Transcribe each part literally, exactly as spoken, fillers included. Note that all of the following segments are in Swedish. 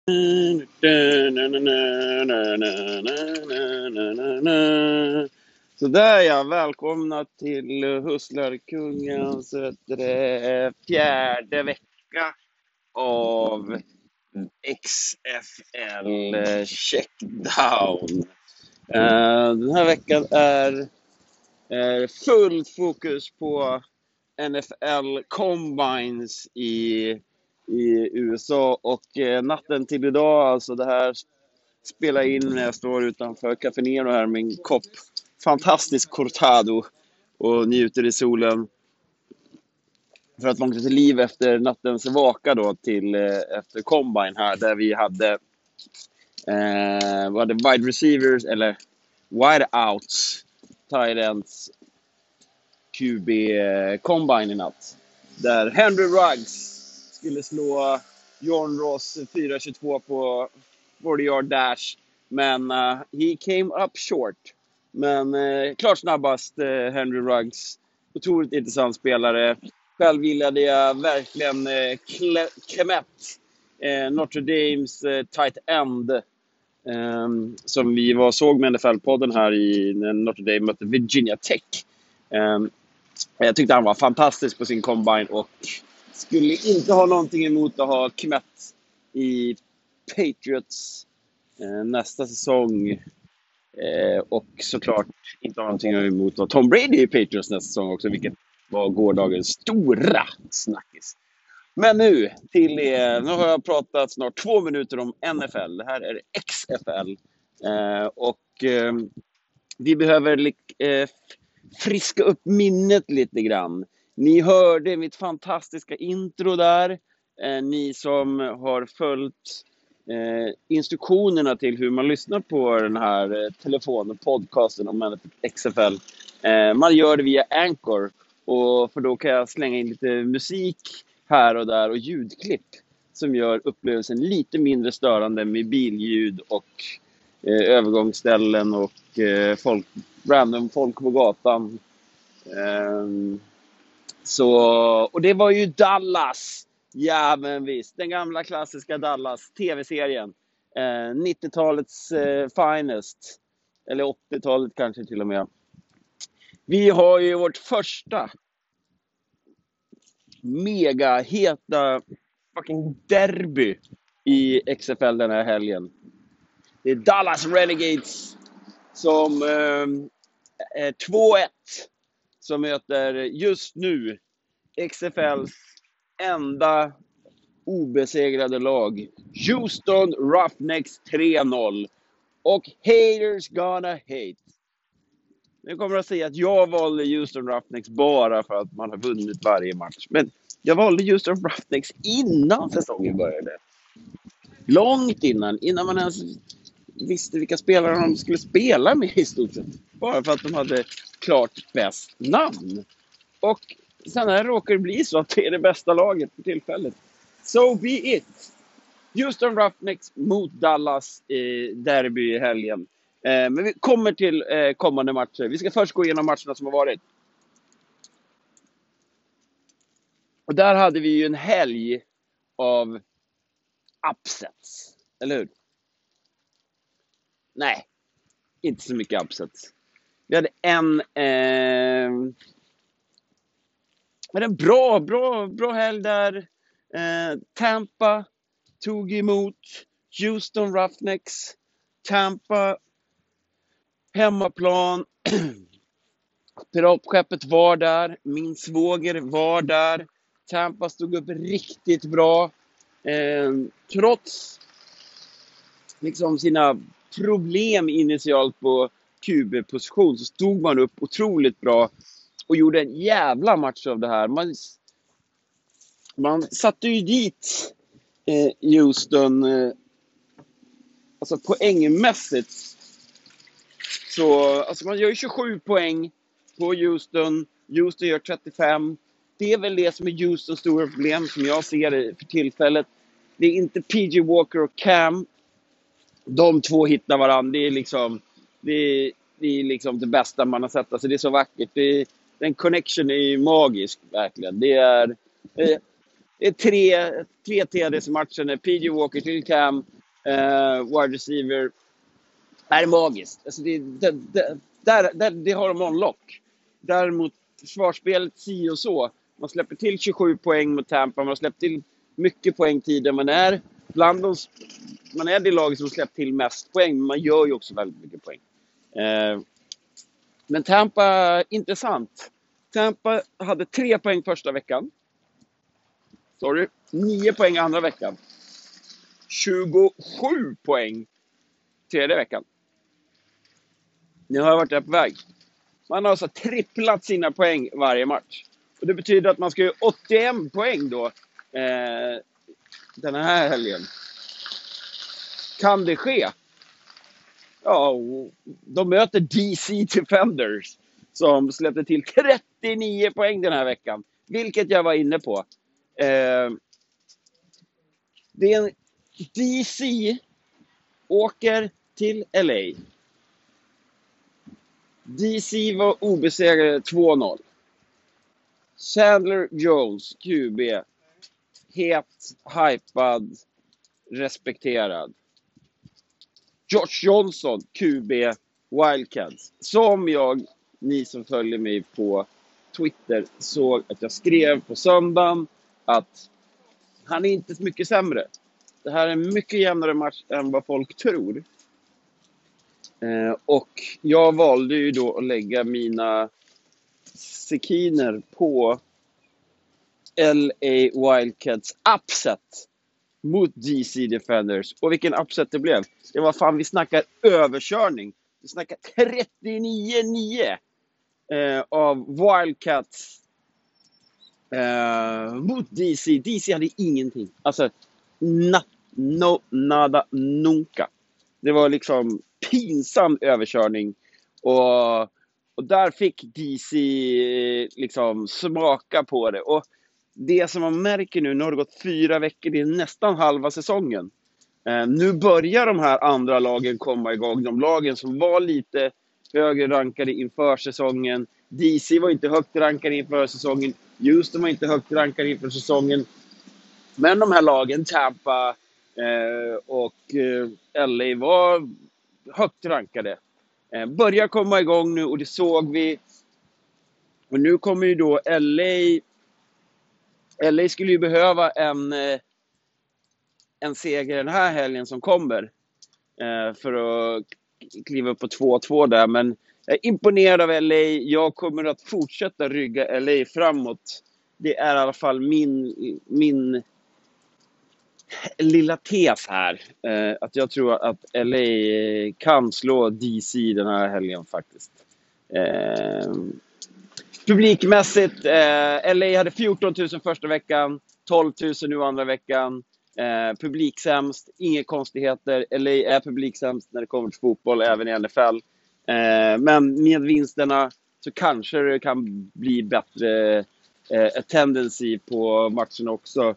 Så där ja, välkomna till Hustlarkungens vet du det, fjärde vecka av X F L Checkdown. Uh, den här veckan är, är fullt fokus på N F L Combines i, i U S A och eh, natten till idag, alltså det här spelar in när jag står utanför Café Nero här med en kopp fantastisk cortado och njuter i solen för att vakna till liv efter nattens vaka då till eh, efter Combine här där vi hade eh, vad hade wide receivers eller wide outs, tight ends, Q B eh, Combine i natt där Henry Ruggs skulle slå John Ross fyra tjugotvå på forty yard dash, men uh, he came up short. Men uh, klart snabbast uh, Henry Ruggs, otroligt intressant spelare. Själv gillade jag verkligen uh, Kemet, uh, Notre Dames uh, tight end, um, som vi var såg med N F L-podden här i när Notre Dame mötte Virginia Tech. Um, jag tyckte han var fantastisk på sin combine och skulle inte ha någonting emot att ha Kemet i Patriots eh, nästa säsong, eh, och såklart inte ha någonting emot att ha Tom Brady i Patriots nästa säsong också, vilket var gårdagens stora snackis. Men nu till eh, nu har jag pratat snart två minuter om N F L. Det här är X F L eh, och eh, vi behöver eh, friska upp minnet lite grann. Ni hörde mitt fantastiska intro där. Eh, ni som har följt eh, instruktionerna till hur man lyssnar på den här eh, telefon- och podcasten om X F L. Eh, man gör det via Anchor. Och för då kan jag slänga in lite musik här och där och ljudklipp som gör upplevelsen lite mindre störande med billjud och eh, övergångsställen och eh, folk, random folk på gatan. Um, så, och det var ju Dallas. Ja men visst, den gamla klassiska Dallas tv-serien, uh, nittiotalets uh, finest, eller åttiotalet kanske till och med. Vi har ju vårt första mega heta fucking derby i X F L den här helgen. Det är Dallas Renegades som uh, är två ett som möter just nu X F L:s enda obesegrade lag, Houston Roughnecks tre noll. Och haters gonna hate. Nu kommer att säga att jag valde Houston Roughnecks bara för att man har vunnit varje match. Men jag valde Houston Roughnecks innan säsongen började. Långt innan, innan man ens visste vilka spelare de skulle spela med i stort sett. Bara för att de hade klart bäst namn. Och sen här råkar det bli så att det är det bästa laget för tillfället. So be it. Houston Roughnecks mot Dallas i derby i helgen. Eh, men vi kommer till eh, kommande matcher. Vi ska först gå igenom matcherna som har varit. Och där hade vi ju en helg av upsets. Eller hur? Nej, inte så mycket upsets. Vi hade en... Eh, Men en bra, bra, bra helg där. Eh, Tampa tog emot Houston Roughnecks. Tampa, hemmaplan. Piratskeppet var där. Min svåger var där. Tampa stod upp riktigt bra. Eh, trots liksom sina problem initialt på Q B-position så stod man upp otroligt bra. Och gjorde en jävla match av det här. Man, man satte ju dit eh, Houston. Eh, alltså poängmässigt. Så alltså man gör ju tjugosju poäng på Houston. Houston gör trettiofem. Det är väl det som är Houstons stora problem som jag ser det för tillfället. Det är inte P J Walker och Cam. De två hittar varandra. Det är liksom det är, det är liksom det bästa man har sett. Alltså det är så vackert. Det är, den connection är magisk verkligen. Det är, det är tre, tre T Ds i matchen. P J Walker till Cam eh, wide receiver. Det här är magiskt. Alltså det, det, det, där, där, det har de on-lock. Däremot försvarsspelet si och så. Man släpper till tjugosju poäng mot Tampa. Man har släppt till mycket poäng tidigare. Man är bland de, man är det lag som släppt till mest poäng. Men man gör ju också väldigt mycket poäng. Eh, men Tampa, intressant. Tampa hade tre poäng första veckan. Sorry. Nio poäng andra veckan. tjugosju poäng tredje veckan. Nu har jag varit där på väg. Man har alltså tripplat sina poäng varje match. Och det betyder att man ska göra åttioen poäng då. Eh, den här helgen. Kan det ske? Ja, de möter D C Defenders. Som släppte till trettionio poäng den här veckan. Vilket jag var inne på. Eh, det är en D C åker till L A. D C var obesegrade två noll. Chandler Jones, Q B. Het, hypad, respekterad. Josh Johnson, Q B, Wildcats. Som jag, ni som följer mig på Twitter, såg att jag skrev på söndagen att han är inte så mycket sämre. Det här är en mycket jämnare match än vad folk tror. Eh, och jag valde ju då att lägga mina sekiner på L A Wildcats upset mot D C Defenders. Och vilken upset det blev. Det var fan, vi snackar överkörning. Vi snackar trettionio nio eh, av Wildcats eh, mot D C. D C hade ingenting. Alltså, na, no, nada, nunca. Det var liksom pinsam överkörning. Och, och där fick D C liksom smaka på det. Och det som man märker nu, nu har det gått fyra veckor, det är nästan halva säsongen. Eh, nu börjar de här andra lagen komma igång. De lagen som var lite högre rankade inför säsongen. D C var inte högt rankade inför säsongen. Houston var inte högt rankade inför säsongen. Men de här lagen, Tampa eh, och eh, L A var högt rankade. Eh, börjar komma igång nu och det såg vi. Och nu kommer ju då L A... L A skulle ju behöva en, en seger den här helgen som kommer. Eh, för att kliva upp på två två där. Men jag är imponerad av L A. Jag kommer att fortsätta rygga L A framåt. Det är i alla fall min, min lilla tes här. Eh, att jag tror att L A kan slå D C den här helgen faktiskt. Eh, Publikmässigt, eh, L A hade fjorton tusen första veckan, tolv tusen nu andra veckan. Eh, publiksämst, inga konstigheter. L A är publiksämst när det kommer till fotboll, även i N F L. Eh, men med vinsterna så kanske det kan bli bättre eh, tendency på matchen också.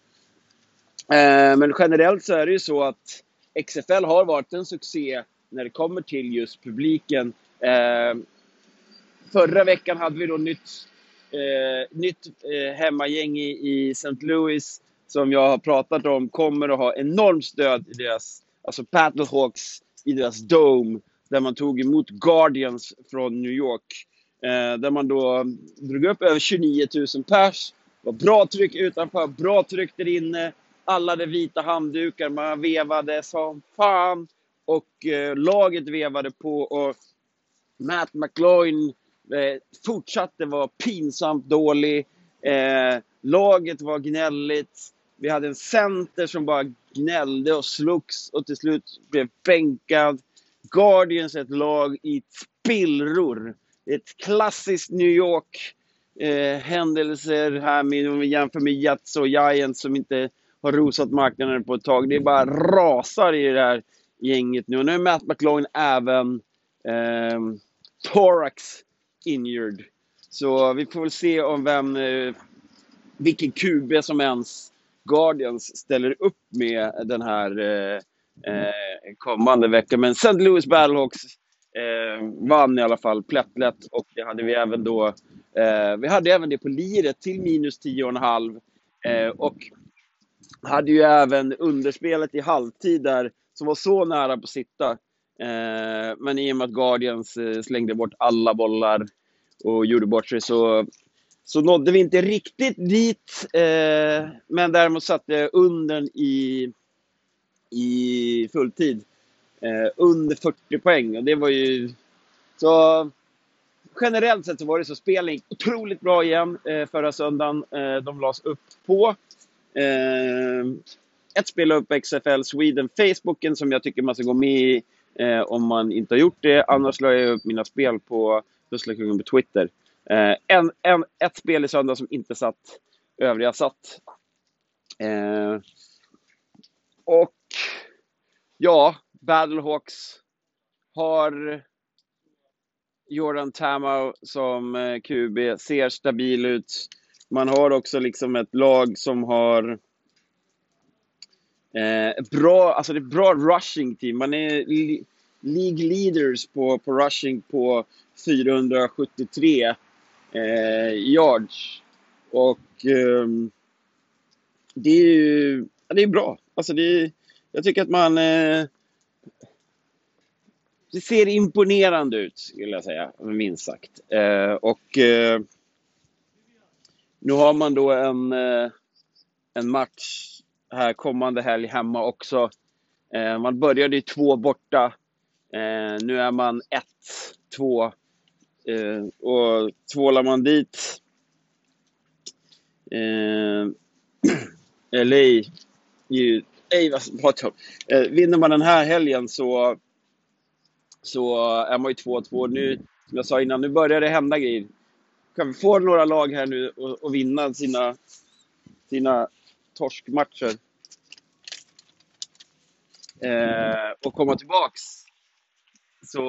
Eh, men generellt så är det ju så att X F L har varit en succé när det kommer till just publiken. Eh, Förra veckan hade vi då nytt, eh, nytt eh, hemmagäng i, i Saint Louis som jag har pratat om kommer att ha enormt stöd i deras, alltså Battlehawks i deras dome där man tog emot Guardians från New York. Eh, där man då drog upp över tjugonio tusen pers. Det var bra tryck utanför, bra tryck där inne. Alla hade vita handdukar, man vevade som fan och eh, laget vevade på och Matt McLaughlin Eh, fortsatte vara pinsamt dålig. Eh, laget var gnälligt. Vi hade en center som bara gnällde och slogs och till slut blev bänkad. Guardians är ett lag i spillror. Ett klassiskt New York eh, händelser här med jämför med Jets och Giants som inte har rosat marknaden på ett tag. Det är bara rasar i det här gänget nu. Och nu är Matt McLaughlin även eh, thorax injured. Så vi får väl se om vem eh, vilken Q B som ens Guardians ställer upp med den här eh, eh, kommande veckan. Men Saint Louis Battlehawks eh, vann i alla fall plättlätt och det hade vi även då eh, vi hade även det på liret till minus tio komma fem eh, och hade ju även underspelet i halvtid där som var så nära på att sitta. Eh, men i och med att Guardians eh, slängde bort alla bollar och gjorde bort sig, så, så nådde vi inte riktigt dit. Eh, men däremot satte undern i, i fulltid eh, under fyrtio poäng. Och det var ju så... Generellt sett så var det så spelning gick otroligt bra igen eh, förra söndagen. Eh, de lades upp på eh, ett spel upp X F L Sweden Facebooken, som jag tycker man ska gå med i eh, om man inte har gjort det. Annars la jag upp mina spel på Hustlerkungen på Twitter. Eh, en, en, ett spel i söndag som inte satt, övriga satt. Eh, och ja, Battlehawks har Jordan Tamau som eh, Q B, ser stabil ut. Man har också liksom ett lag som har eh, bra, alltså det är bra rushing team. Man är li- league leaders på, på rushing på fyrahundrasjuttiotre eh, yards. Och eh, det är ju ja, det är bra. Alltså det är, jag tycker att man eh, det ser imponerande ut, skulle jag säga, minst sagt. Eh, och eh, nu har man då en, eh, en match här kommande helg hemma också. Eh, man började i två borta. Eh, nu är man ett, två. Eh, och tvålar man dit eh, L A ju, ej, vad, vad, eh, vinner man den här helgen så så är man ju två två nu. Som jag sa innan, nu börjar det hända grejer. Kan vi få några lag här nu och, och vinna sina, sina torskmatcher eh, och komma tillbaks, så,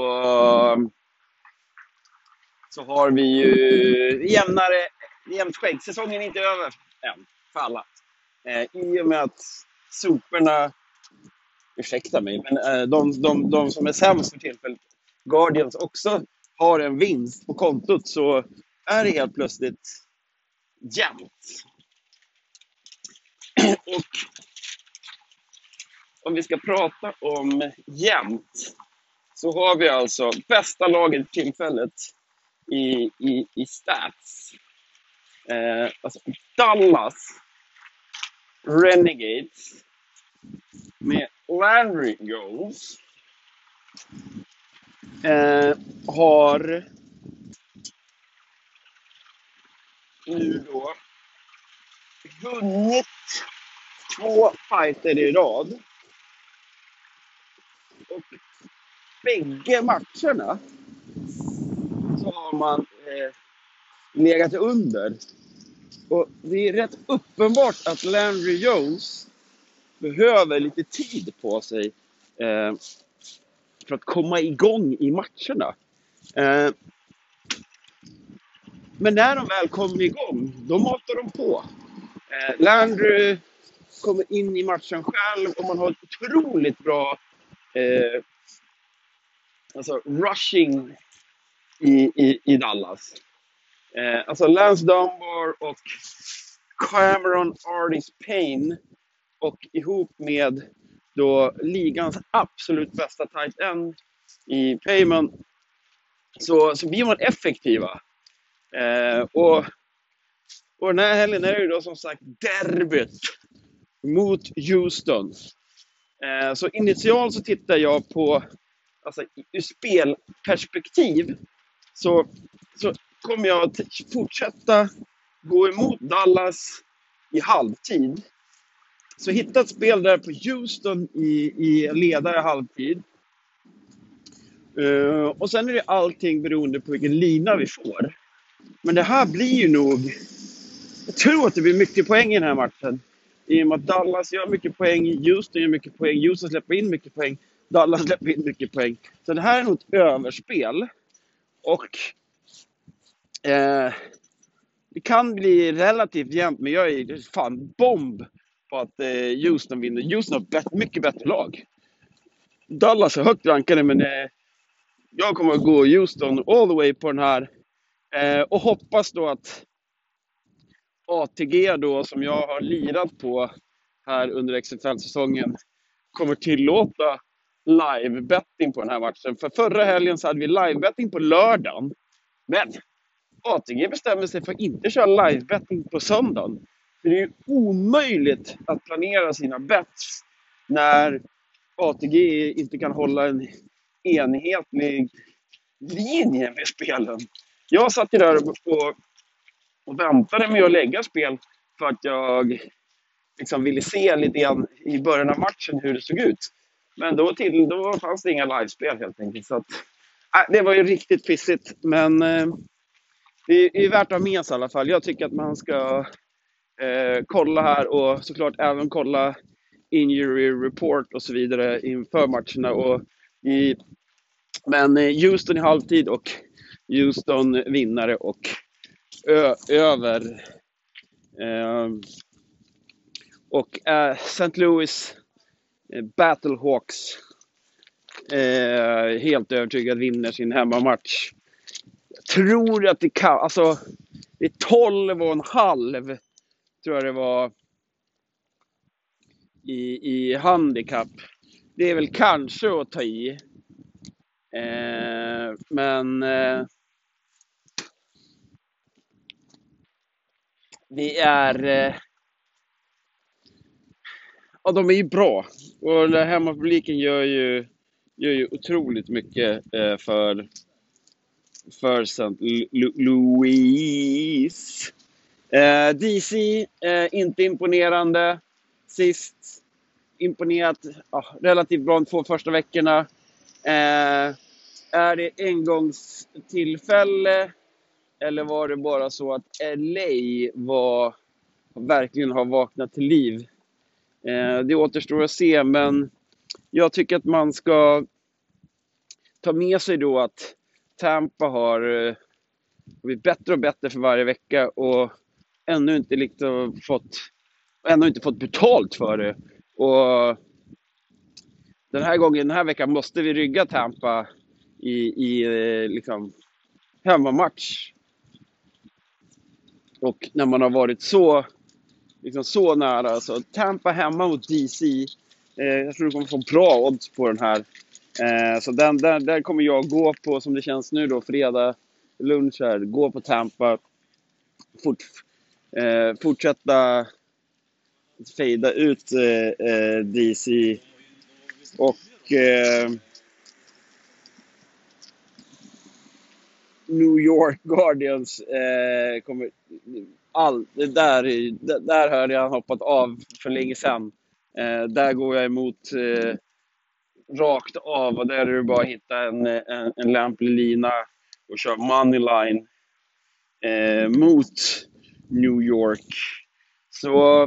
så har vi ju jämnare, jämnt skägg. Säsongen är inte över än för alla. Eh, I och med att soporna, ursäkta mig, men eh, de, de, de som är sämst för tillfället, Guardians, också har en vinst på kontot, så är det helt plötsligt jämnt. Och om vi ska prata om jämnt, så har vi alltså bästa laget i tillfället i, i, i stats. Eh, alltså Dallas Renegades med Landry Jones eh, har nu då vunnit två fighter i rad. Och bägge matcherna så har man eh, legat under. Och det är rätt uppenbart att Landry Jones behöver lite tid på sig eh, för att komma igång i matcherna. Eh, men när de väl kommer igång, då matar de på. Eh, Landry kommer in i matchen själv och man har ett otroligt bra eh, alltså rushing i, i, i Dallas. Eh, alltså Lance Dunbar och Cameron Artis Payne, och ihop med då ligans absolut bästa tight end i Payman, så, så blir man effektiva. Eh, och, och den här helgen är det då som sagt derbyt mot Houston. Eh, så initialt så tittar jag på, alltså ur spelperspektiv, så, så kommer jag att fortsätta gå emot Dallas i halvtid. Så hitta ett spel där på Houston i, i ledare halvtid. Uh, och sen är det allting beroende på vilken lina vi får. Men det här blir ju nog, jag tror att det blir mycket poäng i den här matchen. I och med att Dallas gör mycket poäng, Houston gör mycket poäng, Houston släpper in mycket poäng, Dallas släpper in mycket poäng. Så det här är nog ett överspel. Och eh, det kan bli relativt jämnt, men jag är fan bomb på att eh, Houston vinner. Houston har bet- mycket bättre lag. Dallas är högt rankade, men eh, jag kommer att gå Houston all the way på den här. Eh, och hoppas då att A T G då, som jag har lirat på här under X F L-säsongen, kommer tillåta live-betting på den här matchen. För förra helgen så hade vi live-betting på lördagen. Men A T G bestämmer sig för att inte köra live-betting på söndagen. För det är ju omöjligt att planera sina bets när A T G inte kan hålla en enhetlig linje med spelen. Jag satt ju där och, och väntade med att lägga spel för att jag liksom ville se lite grann i början av matchen hur det såg ut. Men då, till, då fanns det inga livespel helt enkelt. Så att, äh, det var ju riktigt pissigt. Men äh, det är värt att ha med sig i alla fall. Jag tycker att man ska äh, kolla här och såklart även kolla injury report och så vidare inför matcherna. Och i, men äh, Houston i halvtid och Houston vinnare och ö, över. Äh, och äh, Saint Louis äh, Battlehawks äh, helt övertygad vinner sin hemmamatch. Jag tror att det kan, alltså det är tolv och en halv tror jag det var i, i handikapp. Det är väl kanske att ta i. Äh, men äh, det är äh, ja, de är ju bra. Och den hemmapubliken gör ju, gör ju otroligt mycket eh, för, för Saint Louis. Eh, D C, eh, inte imponerande. Sist, imponerat, ja, relativt bra de två första veckorna. Eh, är det engångstillfälle? Eller var det bara så att L A var, verkligen har vaknat till liv? Eh, det återstår att se, men jag tycker att man ska ta med sig då att Tampa har eh, blivit bättre och bättre för varje vecka och ännu inte liksom fått, ännu inte fått betalt för det. Och den här gången, den här veckan måste vi rygga Tampa i, i eh, liksom hemmamatch. Och när man har varit så liksom så nära, så Tampa hemma mot D C, eh, jag tror du kommer få bra odds på den här, eh, så den där, där kommer jag gå på, som det känns nu då, fredag lunch här, gå på Tampa, fort, eh, fortsätta fejda ut eh, eh, D C och eh, New York Guardians eh, kommer all, det där, det där hörde jag hoppat av för länge sedan. Eh, där går jag emot eh, rakt av, och där är det bara att hitta en, en, en lämplig lina och köra moneyline eh, mot New York. Så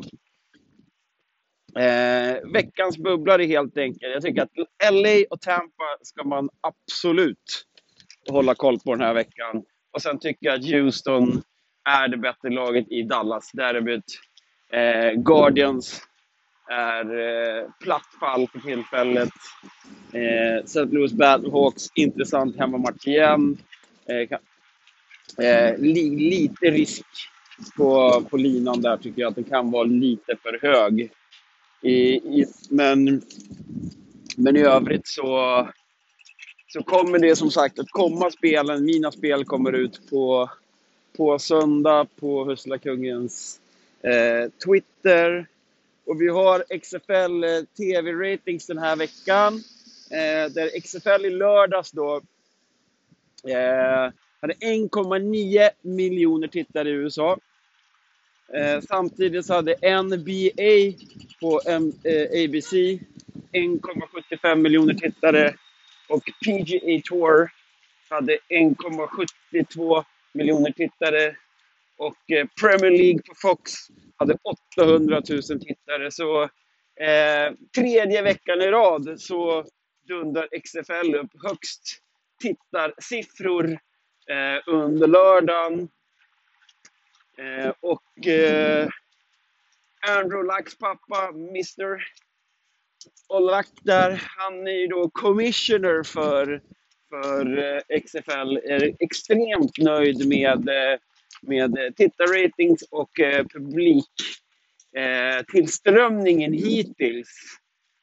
eh, veckans bubblare helt enkelt. Jag tycker att L A och Tampa ska man absolut hålla koll på den här veckan. Och sen tycker jag att Houston är det bättre laget i Dallas. Däremot eh, Guardians är eh, platt fall för tillfället. Eh, Saint Louis Battlehawks, intressant hemmamatch igen. Eh, kan, eh, li, lite risk på, på linan där, tycker jag att det kan vara lite för hög. I, i, men, men i övrigt så Så kommer det som sagt att komma spelen. Mina spel kommer ut på, på söndag på Hustlerkungens eh, Twitter. Och vi har X F L eh, T V-ratings den här veckan. Eh, där X F L i lördags då eh, hade en komma nio miljoner tittare i U S A. Eh, samtidigt så hade N B A på eh, A B C en komma sjuttiofem miljoner tittare. Och P G A Tour hade en komma sjuttiotvå miljoner tittare. Och eh, Premier League på Fox hade åttahundratusen tittare. Så eh, tredje veckan i rad så dundar X F L upp högst tittarsiffror eh, under lördagen. Eh, och eh, Andrew Lucks pappa, mister Olack där, han är ju då commissioner för, för eh, X F L, är extremt nöjd med, eh, med tittarratings och eh, publik eh, tillströmningen hittills.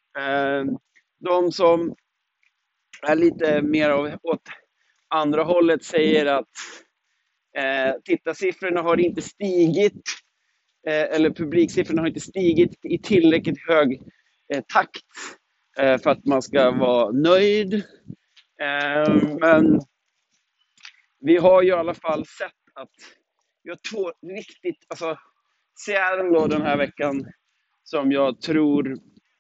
Eh, de som är lite mer av, åt andra hållet säger att eh, tittarsiffrorna har inte stigit, eh, eller publiksiffrorna har inte stigit i tillräckligt hög eh, takt eh, för att man ska vara nöjd. Eh, men vi har ju i alla fall sett att vi har två riktigt, alltså Seattle då den här veckan som jag tror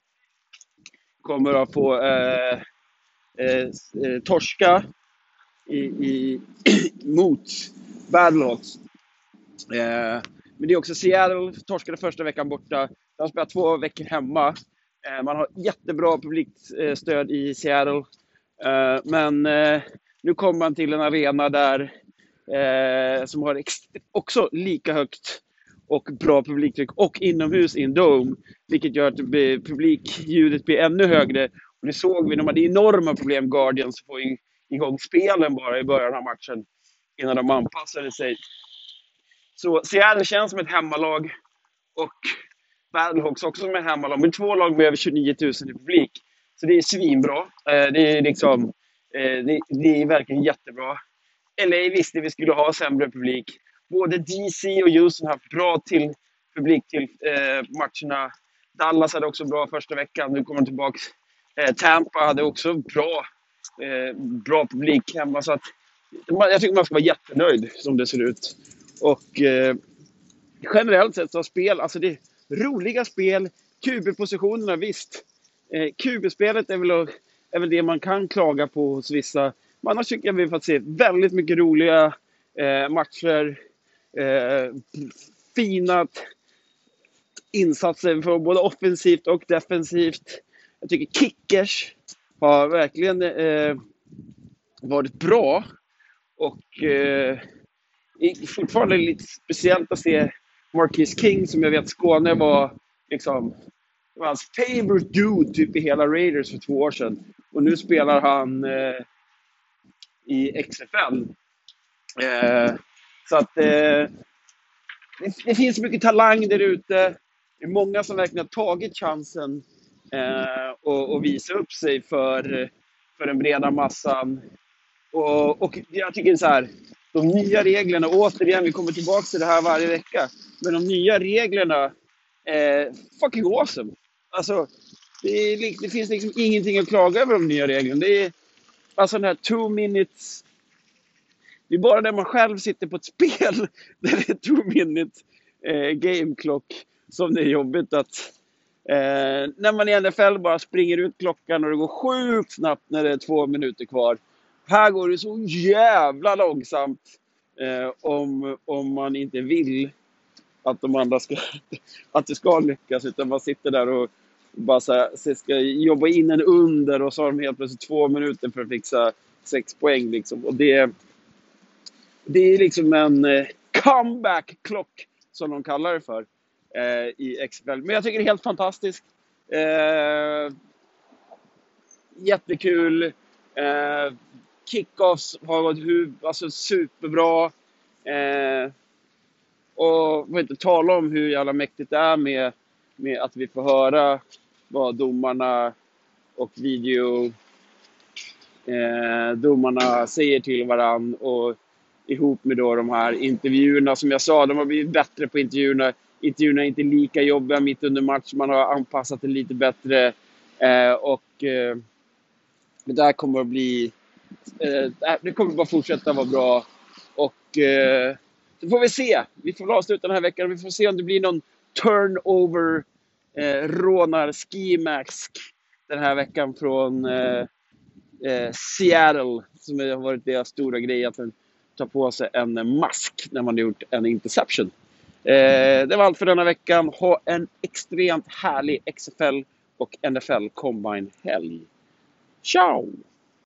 kommer att få eh, eh, eh, torska i, i, mot Battlehawks. Eh, men det är också Seattle, torskade första veckan borta. De har spelat två veckor hemma. Eh, man har jättebra publikstöd i Seattle. Eh, men eh, nu kommer man till en arena där eh, som har också lika högt och bra publiktryck och inomhus i en dome, vilket gör att publikljudet blir ännu högre. Och det såg vi, de hade enorma problem, Guardians, att få igång spelen bara i början av matchen innan de anpassade sig. Så Seattle känns som ett hemmalag och Battlehawks också som ett hemmalag, med två lag med över tjugonio tusen i publik. Så det är svinbra. Det är liksom det är verkligen jättebra. L A visste vi skulle ha sämre publik. Både D C och Houston har haft bra till publik till eh, matcherna. Dallas hade också bra första veckan. Nu kommer de tillbaka. Eh, Tampa hade också bra, eh, bra publik hemma. Så att, jag tycker man ska vara jättenöjd som det ser ut. Och eh, generellt sett så har spel, alltså det är roliga spel. Q B-positionerna, visst. Eh, Q B-spelet är väl, är väl det man kan klaga på hos vissa. Men annars tycker jag vi får se väldigt mycket roliga eh, matcher. Eh, fina insatser för både offensivt och defensivt. Jag tycker kickers har verkligen eh, varit bra. Och eh, fortfarande lite speciellt att se Marquise King, som jag vet Skåne var liksom var hans favorite dude typ i hela Raiders för två år sedan. Och nu spelar han eh, i X F L. Eh, så att eh, det, det finns mycket talang där ute. Det är många som verkligen har tagit chansen eh, och, och visa upp sig för, för den breda massan. Och, och jag tycker så här, de nya reglerna, återigen, vi kommer tillbaka till det här varje vecka, men de nya reglerna är fucking awesome. Alltså, det, är, det finns liksom ingenting att klaga över de nya reglerna. Det är alltså den här two minutes. Det är bara när man själv sitter på ett spel där det är two minute eh, game clock som det är jobbigt att eh, när man i N F L bara springer ut klockan och det går sjukt snabbt när det är två minuter kvar. Här går det så jävla långsamt eh, om, om man inte vill att de andra ska, att det ska lyckas, utan man sitter där och bara så här, ska jobba in en under och så har de helt plötsligt två minuter för att fixa sex poäng liksom. Och det, det är liksom en eh, comeback clock som de kallar det för eh, i X F L. Men jag tycker det är helt fantastiskt. Eh, jättekul. Eh, kickoffs har varit hur, alltså superbra. Eh, och får inte tala om hur jävla mäktigt det är med, med att vi får höra vad domarna och video eh, domarna säger till varann, och ihop med då de här intervjuerna. Som jag sa, de har blivit bättre på intervjuerna. Intervjuerna är inte lika jobbiga mitt under match. Man har anpassat det lite bättre. Eh, och eh, det där kommer att bli eh, det kommer bara fortsätta vara bra. Och eh, så får vi se. Vi får avsluta den här veckan. Vi får se om det blir någon turnover eh, rånar ski-mask den här veckan från eh, eh, Seattle, som har varit deras stora grej, att ta på sig en mask när man har gjort en interception. Eh, det var allt för denna veckan. Ha en extremt härlig X F L och N F L Combine-helg. Ciao!